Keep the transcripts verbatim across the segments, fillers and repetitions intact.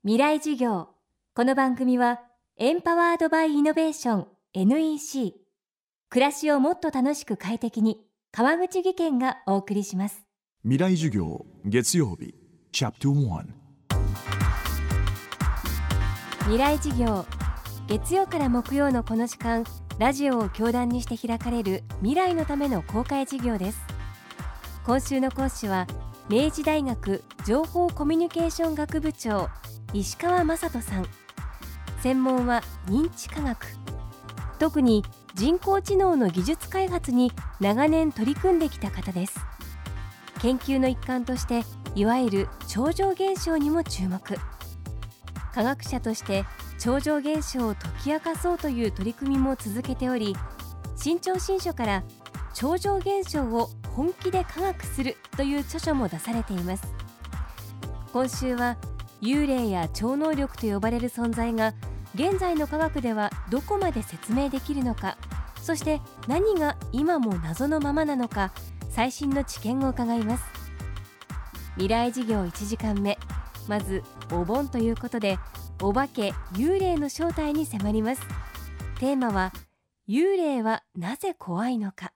未来授業。この番組はエンパワードバイイノベーション エヌイーシー 暮らしをもっと楽しく快適に川口義賢がお送りします。 未来授業月曜日チャプターワン未来授業月曜から木曜のこの時間、ラジオを教壇にして開かれる未来のための公開授業です。今週の講師は明治大学情報コミュニケーション学部長石川雅人さん。専門は認知科学、特に人工知能の技術開発に長年取り組んできた方です。研究の一環としていわゆる超常現象にも注目。科学者として超常現象を解き明かそうという取り組みも続けており、新潮新書から超常現象を本気で科学するという著書も出されています。今週は幽霊や超能力と呼ばれる存在が現在の科学ではどこまで説明できるのか、そして何が今も謎のままなのか、最新の知見を伺います。未来授業いちじかんめ、まずお盆ということでお化け・幽霊の正体に迫ります。テーマは幽霊はなぜ怖いのか。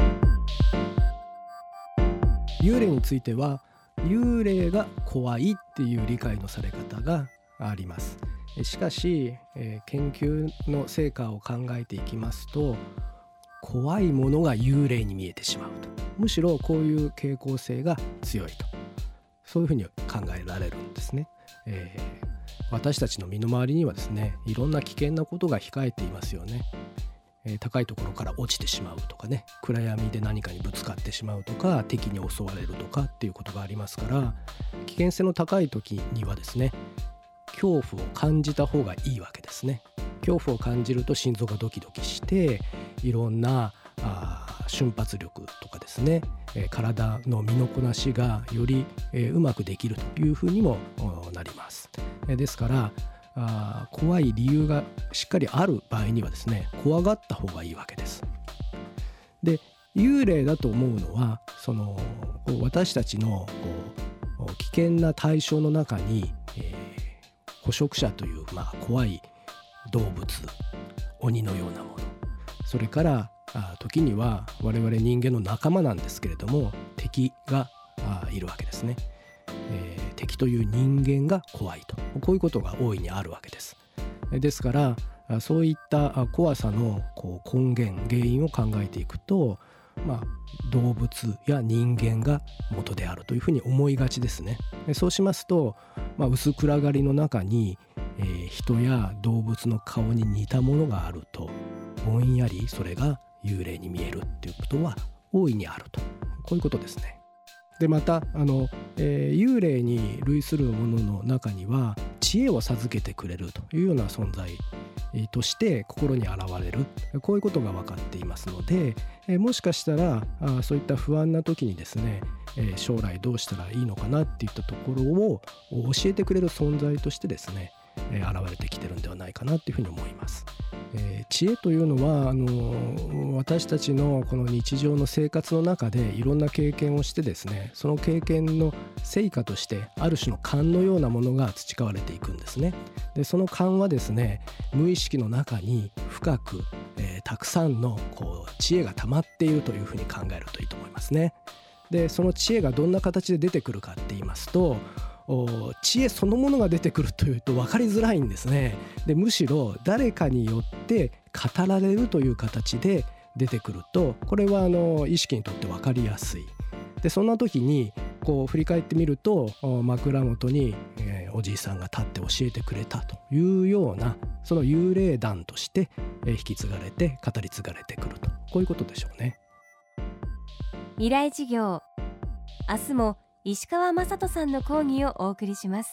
幽霊については幽霊が怖いっていう理解のされ方があります。しかし、えー、研究の成果を考えていきますと、怖いものが幽霊に見えてしまうと、むしろこういう傾向性が強いと、そういうふうに考えられるんですね。えー、私たちの身の回りにはですね、いろんな危険なことが控えていますよね。えー、高いところから落ちてしまうとかね、暗闇で何かにぶつかってしまうとか、敵に襲われるとかっていうことがありますから、危険性の高い時にはですね、恐怖を感じた方がいいわけですね。恐怖を感じると心臓がドキドキして、いろんなあ瞬発力とかですね、えー、体の身のこなしがより、えー、うまくできるというふうにもなります。えー、ですからあ怖い理由がしっかりある場合にはですね、怖がった方がいいわけです。で、幽霊だと思うのは、その私たちのこう危険な対象の中に、えー、捕食者という、まあ、怖い動物、鬼のようなもの、それからあ時には我々人間の仲間なんですけれども、敵があいるわけですね。えー、敵という人間が怖いと、こういうことが大いにあるわけです。ですからそういった怖さのこう根源、原因を考えていくと、まあ、動物や人間が元であるというふうに思いがちですね。そうしますと、まあ、薄暗がりの中に、えー、人や動物の顔に似たものがあると、ぼんやりそれが幽霊に見えるっていうことは大いにあると、こういうことですね。でまたあの、えー、幽霊に類するものの中には知恵を授けてくれるというような存在として心に現れる、こういうことが分かっていますので、えー、もしかしたらあそういった不安な時にですね、えー、将来どうしたらいいのかなっていったところを教えてくれる存在としてですね、えー、現れてきてるんではないかなというふうに思います。えー、知恵というのはあの私たちのこの日常の生活の中でいろんな経験をしてですね、その経験の成果としてある種の勘のようなものが培われていくんですね。でその勘はですね、無意識の中に深く、えー、たくさんのこう知恵が溜まっているというふうに考えるといいと思いますね。でその知恵がどんな形で出てくるかって言いますと、知恵そのものが出てくるというと分かりづらいんですね。でむしろ誰かによって語られるという形で出てくると、これはあの意識にとって分かりやすい。でそんな時にこう振り返ってみると、枕元に、えー、おじいさんが立って教えてくれたというような、その幽霊談として、えー、引き継がれて語り継がれてくると、こういうことでしょうね。 未来授業、明日も石川雅人さんの講義をお送りします。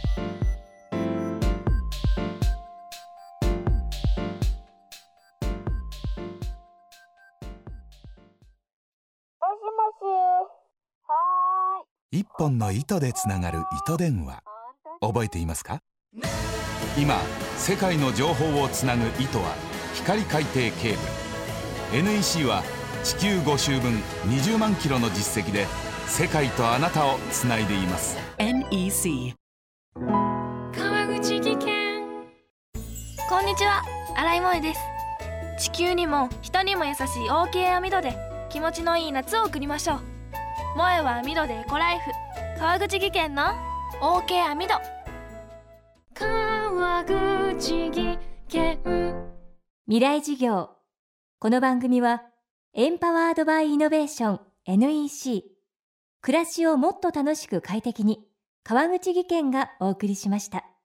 一本の糸でつながる糸電話、覚えていますか？今世界の情報をつなぐ糸は光海底ケーブル。 エヌイーシー は地球ご周分にじゅうまんキロの実績で世界とあなたをつないでいます。 エヌイーシー口技研。こんにちは、新井萌です。地球にも人にも優しい オーケー 網戸で気持ちのいい夏を送りましょう。萌は網戸でエコライフ、川口技研の オーケー 網戸。川口技研。 未来事業。この番組はエンパワードバイイノベーション エヌイーシー、 暮らしをもっと楽しく快適に、川口技研がお送りしました。